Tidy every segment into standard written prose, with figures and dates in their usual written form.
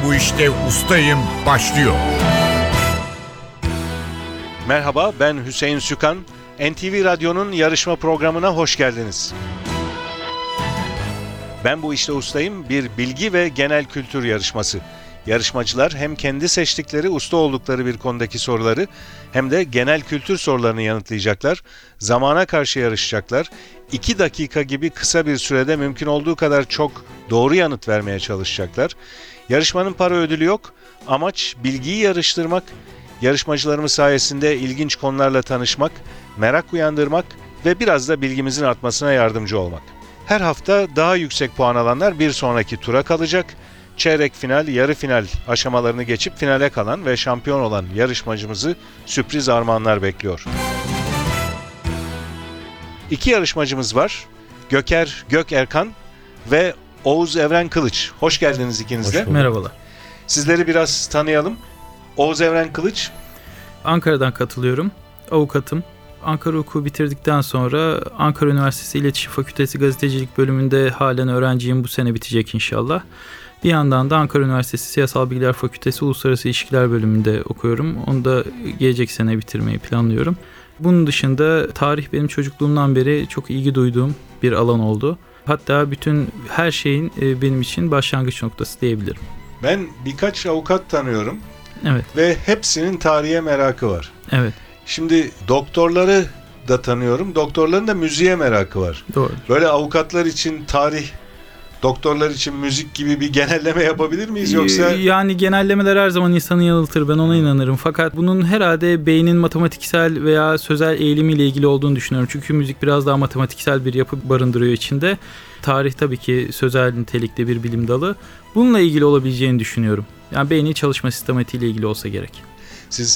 bu işte ustayım başlıyor. Merhaba, ben Hüseyin Sükan. NTV Radyo'nun yarışma programına hoş geldiniz. Ben bu işte ustayım bir bilgi ve genel kültür yarışması. Yarışmacılar hem kendi seçtikleri, usta oldukları bir konudaki soruları hem de genel kültür sorularını yanıtlayacaklar. Zamana karşı yarışacaklar. 2 dakika gibi kısa bir sürede mümkün olduğu kadar çok doğru yanıt vermeye çalışacaklar. Yarışmanın para ödülü yok. Amaç bilgiyi yarıştırmak, yarışmacılarımız sayesinde ilginç konularla tanışmak, merak uyandırmak ve biraz da bilgimizin artmasına yardımcı olmak. Her hafta daha yüksek puan alanlar bir sonraki tura kalacak. Çeyrek final, yarı final aşamalarını geçip finale kalan ve şampiyon olan yarışmacımızı sürpriz armağanlar bekliyor. 2 yarışmacımız var. Göker Gökerkan ve Oğuz Evren Kılıç. Hoş geldiniz ikiniz de. Merhabalar. Sizleri biraz tanıyalım. Oğuz Evren Kılıç. Ankara'dan katılıyorum. Avukatım. Ankara Hukuku bitirdikten sonra Ankara Üniversitesi İletişim Fakültesi Gazetecilik bölümünde halen öğrenciyim. Bu sene bitecek inşallah. Bir yandan da Ankara Üniversitesi Siyasal Bilgiler Fakültesi Uluslararası İlişkiler bölümünde okuyorum. Onu da gelecek sene bitirmeyi planlıyorum. Bunun dışında tarih benim çocukluğumdan beri çok ilgi duyduğum bir alan oldu. Hatta bütün her şeyin benim için başlangıç noktası diyebilirim. Ben birkaç avukat tanıyorum. Evet. Ve hepsinin tarihe merakı var. Evet. Şimdi doktorları da tanıyorum. Doktorların da müziğe merakı var. Doğru. Böyle avukatlar için tarih, doktorlar için müzik gibi bir genelleme yapabilir miyiz yoksa? Yani genellemeler her zaman insanı yanıltır. Ben ona inanırım. Fakat bunun herhalde beynin matematiksel veya sözel eğilimiyle ilgili olduğunu düşünüyorum. Çünkü müzik biraz daha matematiksel bir yapı barındırıyor içinde. Tarih tabii ki sözel nitelikte bir bilim dalı. Bununla ilgili olabileceğini düşünüyorum. Yani beynin çalışma sistematiğiyle ilgili olsa gerek. Siz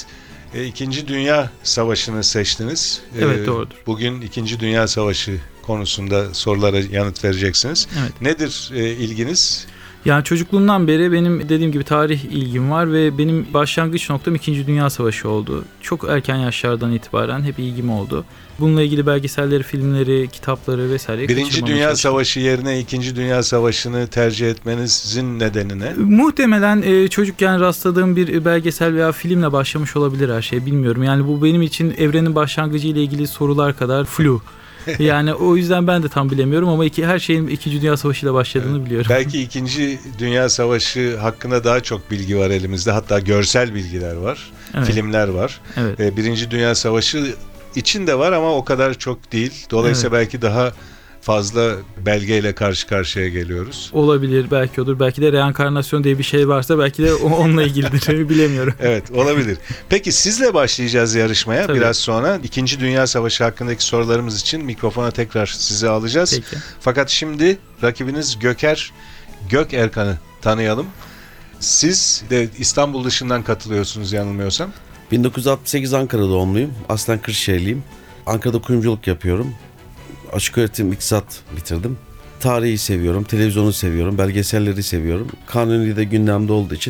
2. Dünya Savaşı'nı seçtiniz. Evet, doğrudur. Bugün 2. Dünya Savaşı konusunda sorulara yanıt vereceksiniz. Evet. Nedir ilginiz? Yani çocukluğumdan beri benim dediğim gibi tarih ilgim var ve benim başlangıç noktam 2. Dünya Savaşı oldu. Çok erken yaşlardan itibaren hep ilgim oldu. Bununla ilgili belgeselleri, filmleri, kitapları vesaire. 1. Dünya Savaşı yerine 2. Dünya Savaşı'nı tercih etmenizin nedeni ne? Muhtemelen çocukken rastladığım bir belgesel veya filmle başlamış olabilir her şey, bilmiyorum. Yani bu benim için evrenin başlangıcı ile ilgili sorular kadar flu. Yani o yüzden ben de tam bilemiyorum ama her şeyin 2. Dünya Savaşı ile başladığını biliyorum. Belki 2. Dünya Savaşı hakkında daha çok bilgi var elimizde. Hatta görsel bilgiler var, evet. Filmler var. Evet. 1. Dünya Savaşı için de var ama o kadar çok değil. Dolayısıyla belki daha fazla belgeyle karşı karşıya geliyoruz. Olabilir, belki olur. Belki de reenkarnasyon diye bir şey varsa belki de onunla ilgilidir. Bilemiyorum. Evet, olabilir. Peki sizle başlayacağız yarışmaya. Tabii. Biraz sonra 2. Dünya Savaşı hakkındaki sorularımız için mikrofona tekrar sizi alacağız. Peki. Fakat şimdi rakibiniz Göker Gökerkan'ı tanıyalım. Siz de İstanbul dışından katılıyorsunuz yanılmıyorsam. 1968 Ankara doğumluyum. Aslen Kırşehirliyim. Ankara'da kuyumculuk yapıyorum. Açık öğretim iktisat bitirdim. Tarihi seviyorum, televizyonu seviyorum, belgeselleri seviyorum. Kanuni de gündemde olduğu için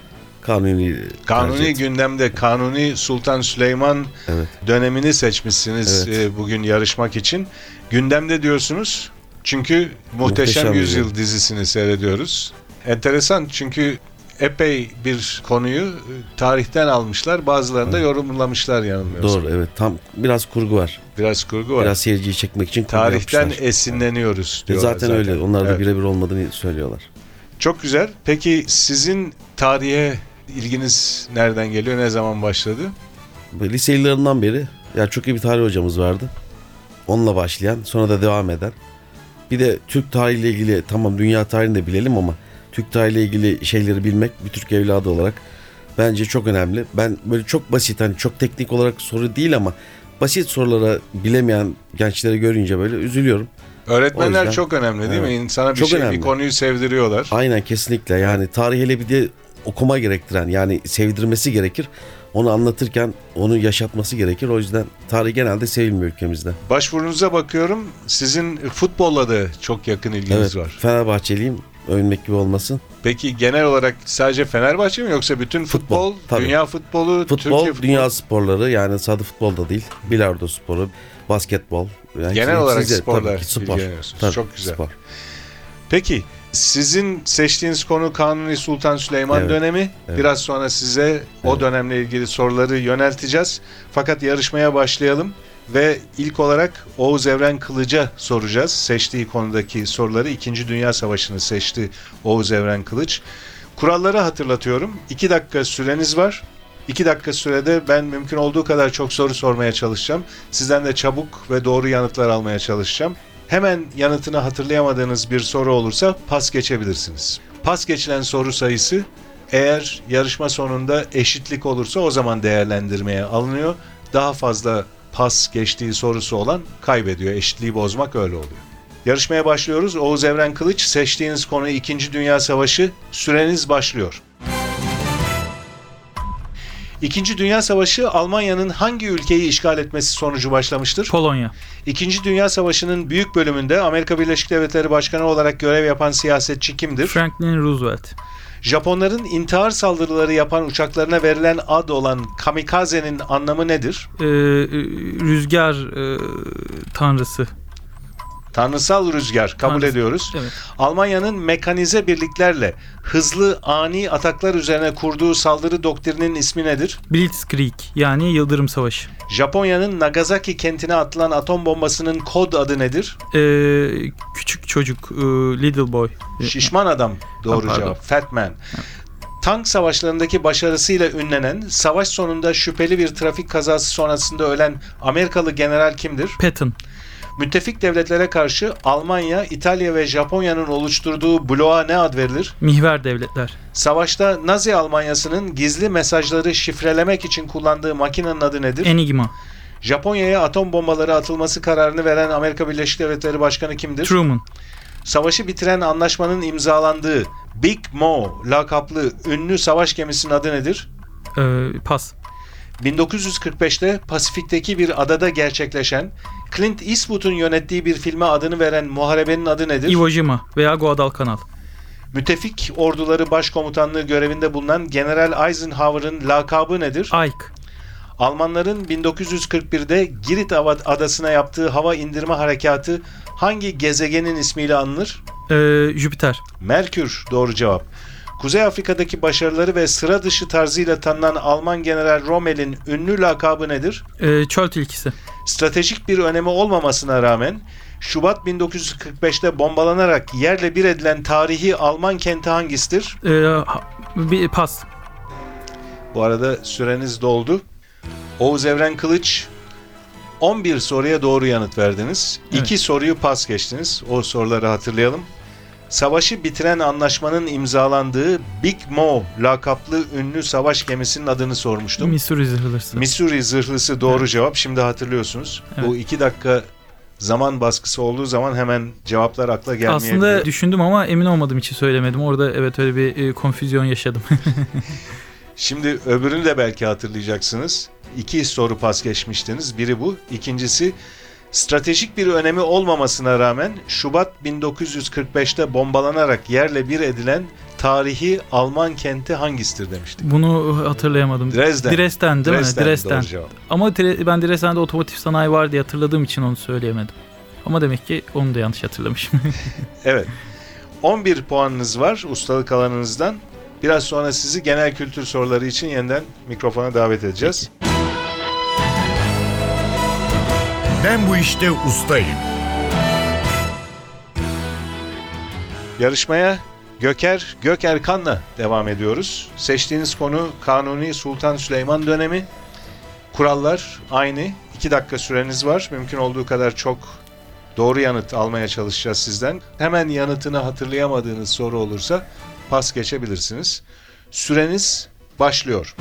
Kanuni gündemde, Kanuni Sultan Süleyman dönemini seçmişsiniz bugün yarışmak için. Gündemde diyorsunuz çünkü Muhteşem Yüzyıl dizisini seyrediyoruz. Enteresan çünkü epey bir konuyu tarihten almışlar, bazılarını da yorumlamışlar yanılmıyorsam. Doğru, evet. Tam biraz kurgu var. Biraz kurgu var. Biraz seyirciyi çekmek için kurgu tarihten yapmışlar. Esinleniyoruz diyorlar. Zaten öyle. Onlar da birebir olmadığını söylüyorlar. Çok güzel. Peki sizin tarihe ilginiz nereden geliyor? Ne zaman başladı? Lise yıllarından beri çok iyi bir tarih hocamız vardı. Onunla başlayan, sonra da devam eden. Bir de Türk tarihiyle ilgili, tamam dünya tarihini de bilelim ama Türk tarihiyle ilgili şeyleri bilmek bir Türk evladı olarak bence çok önemli. Ben böyle çok basit, çok teknik olarak soru değil ama basit sorulara bilemeyen gençleri görünce böyle üzülüyorum. Öğretmenler çok önemli değil mi? İnsana bir konuyu sevdiriyorlar. Aynen, kesinlikle. Yani tarih hele bir de okuma gerektiren, yani sevdirmesi gerekir. Onu anlatırken onu yaşatması gerekir. O yüzden tarih genelde sevilmiyor ülkemizde. Başvurunuza bakıyorum. Sizin futbolla da çok yakın ilginiz var. Fenerbahçeliyim. Övünmek gibi olmasın. Peki genel olarak sadece Fenerbahçe mi yoksa bütün futbol dünya futbolu, Türkiye futbolu? Dünya sporları, yani sadece futbol da değil. Bilardo sporu, basketbol. Yani genel olarak sporlar ilgileniyorsunuz. Çok güzel. Spor. Peki Sizin seçtiğiniz konu Kanuni Sultan Süleyman Evet, dönemi. evet. Biraz sonra size o dönemle ilgili soruları yönelteceğiz. Fakat yarışmaya başlayalım ve ilk olarak Oğuz Evren Kılıç'a soracağız. Seçtiği konudaki soruları. 2. Dünya Savaşı'nı seçti Oğuz Evren Kılıç. Kuralları hatırlatıyorum. 2 dakika süreniz var. 2 dakika sürede ben mümkün olduğu kadar çok soru sormaya çalışacağım. Sizden de çabuk ve doğru yanıtlar almaya çalışacağım. Hemen yanıtını hatırlayamadığınız bir soru olursa pas geçebilirsiniz. Pas geçilen soru sayısı eğer yarışma sonunda eşitlik olursa o zaman değerlendirmeye alınıyor. Daha fazla pas geçtiği sorusu olan kaybediyor. Eşitliği bozmak öyle oluyor. Yarışmaya başlıyoruz. Oğuz Evren Kılıç, seçtiğiniz konu 2. Dünya Savaşı. Süreniz başlıyor. 2. Dünya Savaşı Almanya'nın hangi ülkeyi işgal etmesi sonucu başlamıştır? Polonya. 2. Dünya Savaşı'nın büyük bölümünde Amerika Birleşik Devletleri Başkanı olarak görev yapan siyasetçi kimdir? Franklin Roosevelt. Japonların intihar saldırıları yapan uçaklarına verilen ad olan kamikaze'nin anlamı nedir? Rüzgar tanrısı. Tanrısal rüzgar kabul Tanrısı. ediyoruz. Evet. Almanya'nın mekanize birliklerle hızlı ani ataklar üzerine kurduğu saldırı doktrininin ismi nedir? Blitzkrieg yani Yıldırım Savaşı. Japonya'nın Nagasaki kentine atılan atom bombasının kod adı nedir? Küçük çocuk, little boy. Şişman adam doğru Pardon. cevap. Fat Man. Tank savaşlarındaki başarısıyla ünlenen, savaş sonunda şüpheli bir trafik kazası sonrasında ölen Amerikalı general kimdir? Patton. Müttefik devletlere karşı Almanya, İtalya ve Japonya'nın oluşturduğu bloğa ne ad verilir? Mihver devletler. Savaşta Nazi Almanyası'nın gizli mesajları şifrelemek için kullandığı makinenin adı nedir? Enigma. Japonya'ya atom bombaları atılması kararını veren Amerika Birleşik Devletleri Başkanı kimdir? Truman. Savaşı bitiren anlaşmanın imzalandığı Big Mo lakaplı ünlü savaş gemisinin adı nedir? Pas. 1945'te Pasifik'teki bir adada gerçekleşen, Clint Eastwood'un yönettiği bir filme adını veren muharebenin adı nedir? Iwo Jima veya Guadalcanal. Müttefik orduları başkomutanlığı görevinde bulunan General Eisenhower'ın lakabı nedir? Ike. Almanların 1941'de Girit adasına yaptığı hava indirme harekatı hangi gezegenin ismiyle anılır? Jüpiter. Merkür doğru cevap. Kuzey Afrika'daki başarıları ve sıra dışı tarzıyla tanınan Alman General Rommel'in ünlü lakabı nedir? Çöl tilkisi. Stratejik bir önemi olmamasına rağmen Şubat 1945'te bombalanarak yerle bir edilen tarihi Alman kenti hangisidir? Bir pas. Bu arada süreniz doldu. Oğuz Evren Kılıç 11 soruya doğru yanıt verdiniz. Evet. 2 soruyu pas geçtiniz. O soruları hatırlayalım. Savaşı bitiren anlaşmanın imzalandığı Big Mo lakaplı ünlü savaş gemisinin adını sormuştum. Missouri zırhlısı. Missouri zırhlısı doğru cevap. Şimdi hatırlıyorsunuz. Evet. Bu 2 dakika zaman baskısı olduğu zaman hemen cevaplar akla gelmeyebiliyor. Aslında düşündüm ama emin olmadığım için söylemedim. Orada evet öyle bir konfüzyon yaşadım. Şimdi öbürünü de belki hatırlayacaksınız. 2 soru pas geçmiştiniz. Biri bu. İkincisi stratejik bir önemi olmamasına rağmen Şubat 1945'te bombalanarak yerle bir edilen tarihi Alman kenti hangisidir demiştik. Bunu hatırlayamadım. Dresden. Dresden değil mi? Dresden. Doğru cevap. Ama ben Dresden'de otomotiv sanayi var diye hatırladığım için onu söyleyemedim. Ama demek ki onu da yanlış hatırlamışım. Evet. 11 puanınız var ustalık alanınızdan. Biraz sonra sizi genel kültür soruları için yeniden mikrofona davet edeceğiz. Ben bu işte ustayım. Yarışmaya Gökerkan'la devam ediyoruz. Seçtiğiniz konu Kanuni Sultan Süleyman dönemi. Kurallar aynı. 2 dakika süreniz var. Mümkün olduğu kadar çok doğru yanıt almaya çalışacağız sizden. Hemen yanıtını hatırlayamadığınız soru olursa pas geçebilirsiniz. Süreniz başlıyor.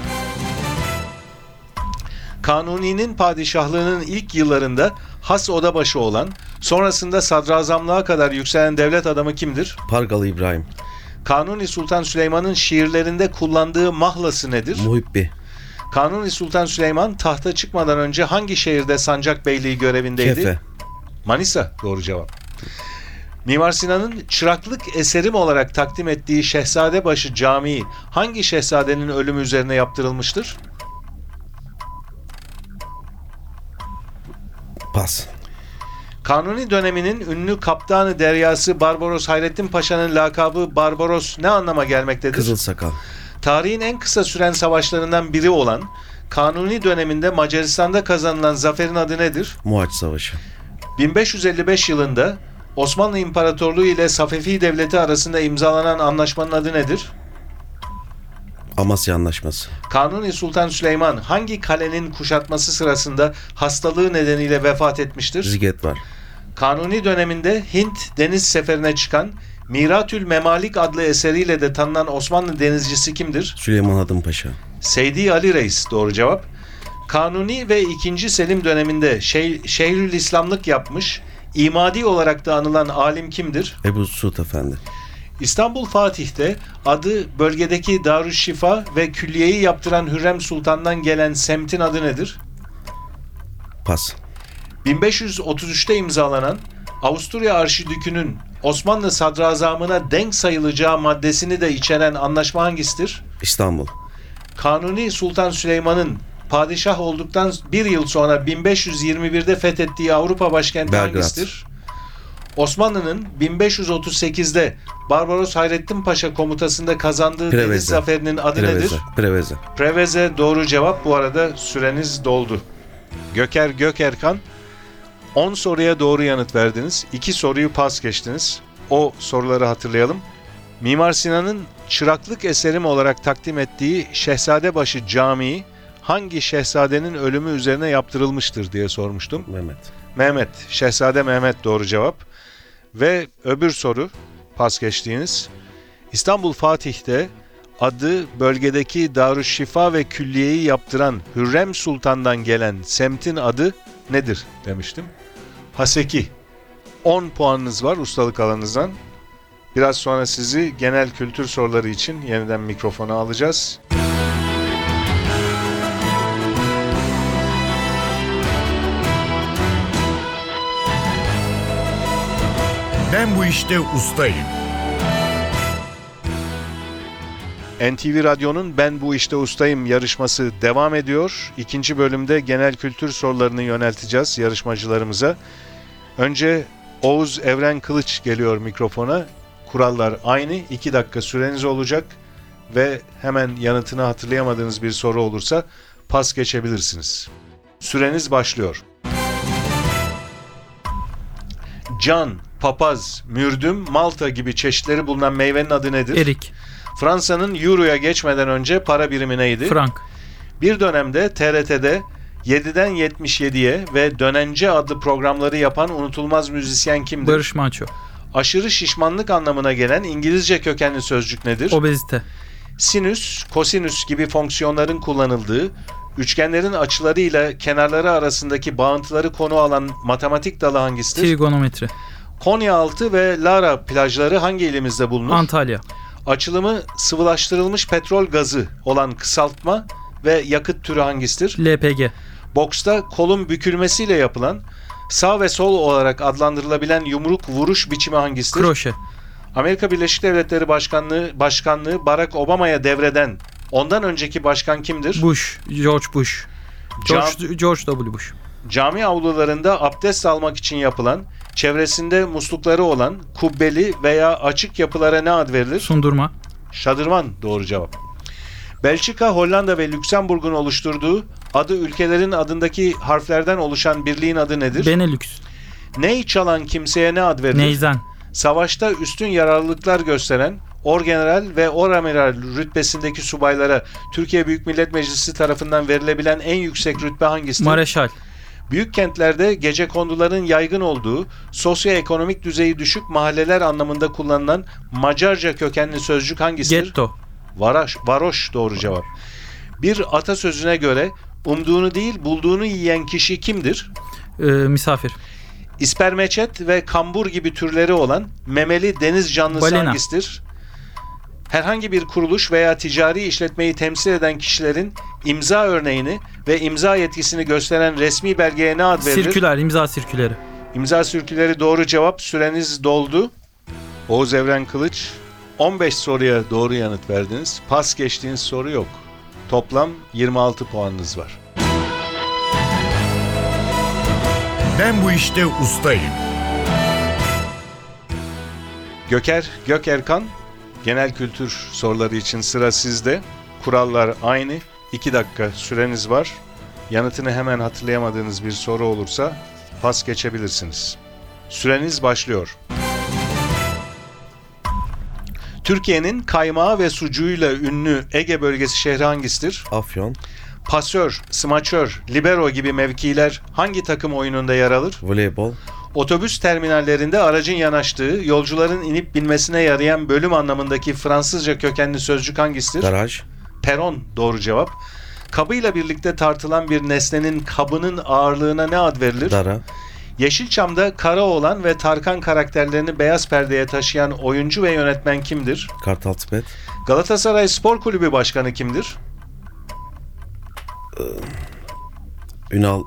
Kanuni'nin padişahlığının ilk yıllarında has odabaşı olan, sonrasında sadrazamlığa kadar yükselen devlet adamı kimdir? Pargalı İbrahim. Kanuni Sultan Süleyman'ın şiirlerinde kullandığı mahlası nedir? Muhibbi. Kanuni Sultan Süleyman tahta çıkmadan önce hangi şehirde sancak beyliği görevindeydi? Kefe. Manisa doğru cevap. Mimar Sinan'ın çıraklık eserim olarak takdim ettiği Şehzadebaşı Camii hangi şehzadenin ölümü üzerine yaptırılmıştır? Pas. Kanuni döneminin ünlü kaptanı deryası Barbaros Hayrettin Paşa'nın lakabı Barbaros ne anlama gelmektedir? Kızıl sakal. Tarihin en kısa süren savaşlarından biri olan Kanuni döneminde Macaristan'da kazanılan zaferin adı nedir? Muhaç Savaşı. 1555 yılında Osmanlı İmparatorluğu ile Safevi Devleti arasında imzalanan anlaşmanın adı nedir? Amasya Anlaşması. Kanuni Sultan Süleyman hangi kalenin kuşatması sırasında hastalığı nedeniyle vefat etmiştir? Ziget var. Kanuni döneminde Hint deniz seferine çıkan Miratül Memalik adlı eseriyle de tanınan Osmanlı denizcisi kimdir? Süleyman Hadım Paşa. Seydi Ali Reis doğru cevap. Kanuni ve 2. Selim döneminde Şeyhülislamlık yapmış, imadi olarak da anılan alim kimdir? Ebu Suud Efendi. İstanbul Fatih'te adı bölgedeki Darüşşifa ve külliyeyi yaptıran Hürrem Sultan'dan gelen semtin adı nedir? Pas. 1533'te imzalanan Avusturya Arşidükü'nün Osmanlı sadrazamına denk sayılacağı maddesini de içeren anlaşma hangisidir? İstanbul. Kanuni Sultan Süleyman'ın padişah olduktan bir yıl sonra 1521'de fethettiği Avrupa başkenti Belgrad. hangisidir? Osmanlı'nın 1538'de Barbaros Hayrettin Paşa komutasında kazandığı Preveze. deniz zaferinin adı nedir? Preveze. Preveze doğru cevap. Bu arada süreniz doldu. Göker Gökerkan 10 soruya doğru yanıt verdiniz. 2 soruyu pas geçtiniz. O soruları hatırlayalım. Mimar Sinan'ın çıraklık eserim olarak takdim ettiği Şehzadebaşı Camii hangi şehzadenin ölümü üzerine yaptırılmıştır diye sormuştum. Mehmet. Şehzade Mehmet doğru cevap. Ve öbür soru pas geçtiğiniz. İstanbul Fatih'te adı bölgedeki Darüşşifa ve külliyeyi yaptıran Hürrem Sultan'dan gelen semtin adı nedir demiştim. Haseki. 10 puanınız var ustalık alanınızdan. Biraz sonra sizi genel kültür soruları için yeniden mikrofona alacağız. Ben bu işte ustayım. NTV Radyo'nun Ben Bu İşte Ustayım yarışması devam ediyor. İkinci bölümde genel kültür sorularını yönelteceğiz yarışmacılarımıza. Önce Oğuz Evren Kılıç geliyor mikrofona. Kurallar aynı. 2 dakika süreniz olacak ve hemen yanıtını hatırlayamadığınız bir soru olursa pas geçebilirsiniz. Süreniz başlıyor. Can, papaz, mürdüm, malta gibi çeşitleri bulunan meyvenin adı nedir? Erik. Fransa'nın Euro'ya geçmeden önce para birimi neydi? Frank. Bir dönemde TRT'de 7'den 77'ye ve Dönence adlı programları yapan unutulmaz müzisyen kimdir? Barış Manço. Aşırı şişmanlık anlamına gelen İngilizce kökenli sözcük nedir? Obezite. Sinüs, kosinüs gibi fonksiyonların kullanıldığı, üçgenlerin açılarıyla kenarları arasındaki bağıntıları konu alan matematik dalı hangisidir? Trigonometri. Konyaaltı ve Lara plajları hangi ilimizde bulunur? Antalya. Açılımı sıvılaştırılmış petrol gazı olan kısaltma ve yakıt türü hangisidir? LPG. Boksta kolun bükülmesiyle yapılan, sağ ve sol olarak adlandırılabilen yumruk vuruş biçimi hangisidir? Kroşe. Amerika Birleşik Devletleri Başkanlığı Barack Obama'ya devreden ondan önceki başkan kimdir? Bush. George Bush. George W. Bush. Cami avlularında abdest almak için yapılan, çevresinde muslukları olan kubbeli veya açık yapılara ne ad verilir? Sundurma. Şadırvan doğru cevap. Belçika, Hollanda ve Lüksemburg'un oluşturduğu adı ülkelerin adındaki harflerden oluşan birliğin adı nedir? Benelux. Ney çalan kimseye ne ad verilir? Neyzen. Savaşta üstün yararlılıklar gösteren orgeneral ve oramiral rütbesindeki subaylara Türkiye Büyük Millet Meclisi tarafından verilebilen en yüksek rütbe hangisidir? Mareşal. Büyük kentlerde gecekonduların yaygın olduğu, sosyoekonomik düzeyi düşük mahalleler anlamında kullanılan Macarca kökenli sözcük hangisidir? Getto. Varoş doğru cevap. Bir atasözüne göre umduğunu değil bulduğunu yiyen kişi kimdir? Misafir. İspermeçet ve kambur gibi türleri olan memeli deniz canlısı Balina. hangisidir? Herhangi bir kuruluş veya ticari işletmeyi temsil eden kişilerin imza örneğini ve imza yetkisini gösteren resmi belgeye ne ad verilir? Sirküler. İmza sirküleri. İmza sirküleri doğru cevap. Süreniz doldu. Oğuz Evren Kılıç 15 soruya doğru yanıt verdiniz. Pas geçtiğiniz soru yok. Toplam 26 puanınız var. Ben bu işte ustayım. Göker Gökerkan, genel kültür soruları için sıra sizde. Kurallar aynı. 2 dakika süreniz var. Yanıtını hemen hatırlayamadığınız bir soru olursa pas geçebilirsiniz. Süreniz başlıyor. Türkiye'nin kaymağı ve sucuğuyla ünlü Ege bölgesi şehri hangisidir? Afyon, Pasör, smaçör, libero gibi mevkiler hangi takım oyununda yer alır? voleybol, Otobüs terminallerinde aracın yanaştığı, yolcuların inip binmesine yarayan bölüm anlamındaki Fransızca kökenli sözcük hangisidir? garaj, Peron doğru cevap. Kabıyla birlikte tartılan bir nesnenin kabının ağırlığına ne ad verilir? dara, Yeşilçam'da Karaoğlan ve Tarkan karakterlerini beyaz perdeye taşıyan oyuncu ve yönetmen kimdir? Kartal Tibet, Galatasaray Spor Kulübü Başkanı kimdir? Ünal,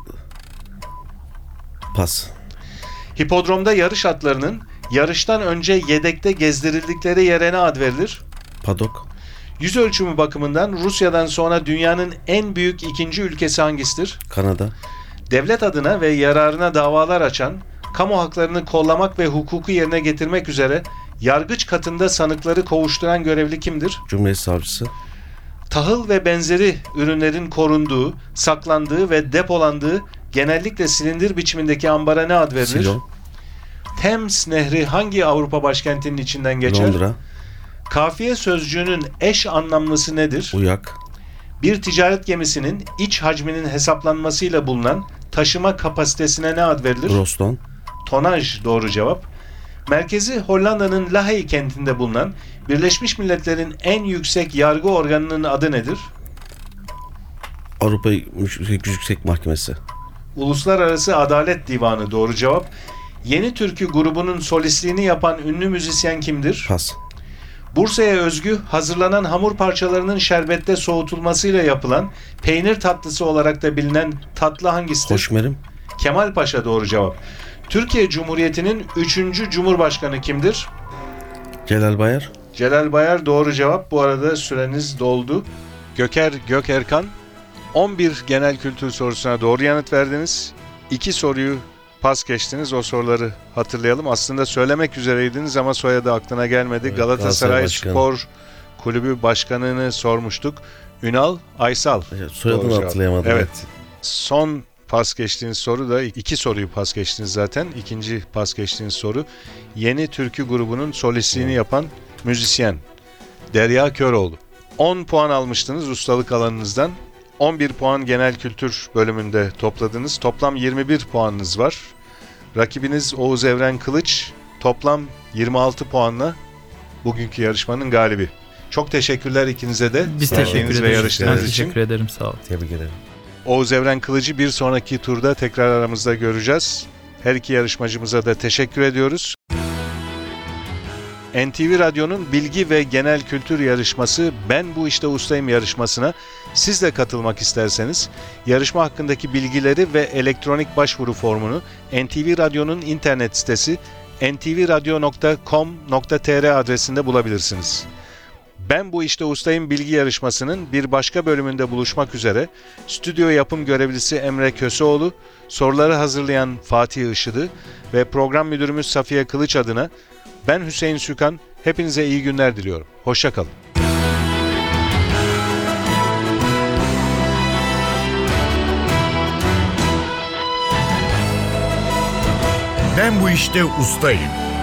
pas, Hipodromda yarış atlarının yarıştan önce yedekte gezdirildikleri yere ne ad verilir? padok, Yüz ölçümü bakımından Rusya'dan sonra dünyanın en büyük ikinci ülkesi hangisidir? Kanada, Devlet adına ve yararına davalar açan, kamu haklarını kollamak ve hukuku yerine getirmek üzere yargıç katında sanıkları kovuşturan görevli kimdir? Cumhuriyet Savcısı, Tahıl ve benzeri ürünlerin korunduğu, saklandığı ve depolandığı genellikle silindir biçimindeki ambara ne ad verilir? Silo, Thames Nehri hangi Avrupa başkentinin içinden geçer? Londra, Kafiye sözcüğünün eş anlamlısı nedir? Uyak, Bir ticaret gemisinin iç hacminin hesaplanmasıyla bulunan taşıma kapasitesine ne ad verilir? Roston, Tonaj doğru cevap. Merkezi Hollanda'nın Lahey kentinde bulunan Birleşmiş Milletler'in en yüksek yargı organının adı nedir? Avrupa Yüksek Mahkemesi, Uluslararası Adalet Divanı doğru cevap. Yeni Türkü grubunun solistliğini yapan ünlü müzisyen kimdir? pas, Bursa'ya özgü hazırlanan hamur parçalarının şerbette soğutulmasıyla yapılan peynir tatlısı olarak da bilinen tatlı hangisidir? Hoşmerim, Kemal Paşa doğru cevap. Türkiye Cumhuriyeti'nin 3. Cumhurbaşkanı kimdir? Celal Bayar, Celal Bayar doğru cevap. Bu arada süreniz doldu. Göker Gökerkan 11 genel kültür sorusuna doğru yanıt verdiniz. 2 soruyu pas geçtiniz. O soruları hatırlayalım. Aslında söylemek üzereydiniz ama soyadı aklına gelmedi. Evet, Galatasaray Galatasaray Spor Kulübü Başkanı'nı sormuştuk. Ünal Aysal. soyadını Doğru cevap. hatırlayamadım. Evet. Son pas geçtiğiniz soru da 2 soruyu pas geçtiniz zaten. İkinci pas geçtiğiniz soru yeni türkü grubunun solistliğini yapan müzisyen Derya Köroğlu. 10 puan almıştınız ustalık alanınızdan. 11 puan genel kültür bölümünde topladınız. Toplam 21 puanınız var. Rakibiniz Oğuz Evren Kılıç toplam 26 puanla bugünkü yarışmanın galibi. Çok teşekkürler ikinize de. Biz geldiğiniz teşekkür ve ederiz. yarıştığınız Ben için. teşekkür ederim. Sağ olun. Tebrik ederim. Oğuz Evren Kılıcı bir sonraki turda tekrar aramızda göreceğiz. Her iki yarışmacımıza da teşekkür ediyoruz. NTV Radyo'nun bilgi ve genel kültür yarışması Ben Bu İşte Ustayım yarışmasına siz de katılmak isterseniz yarışma hakkındaki bilgileri ve elektronik başvuru formunu NTV Radyo'nun internet sitesi ntvradio.com.tr adresinde bulabilirsiniz. Ben Bu İşte Ustayım bilgi yarışmasının bir başka bölümünde buluşmak üzere stüdyo yapım görevlisi Emre Köseoğlu, soruları hazırlayan Fatih Işıdı ve program müdürümüz Safiye Kılıç adına ben Hüseyin Sükan, hepinize iyi günler diliyorum. Hoşça kalın. Ben bu işte ustayım.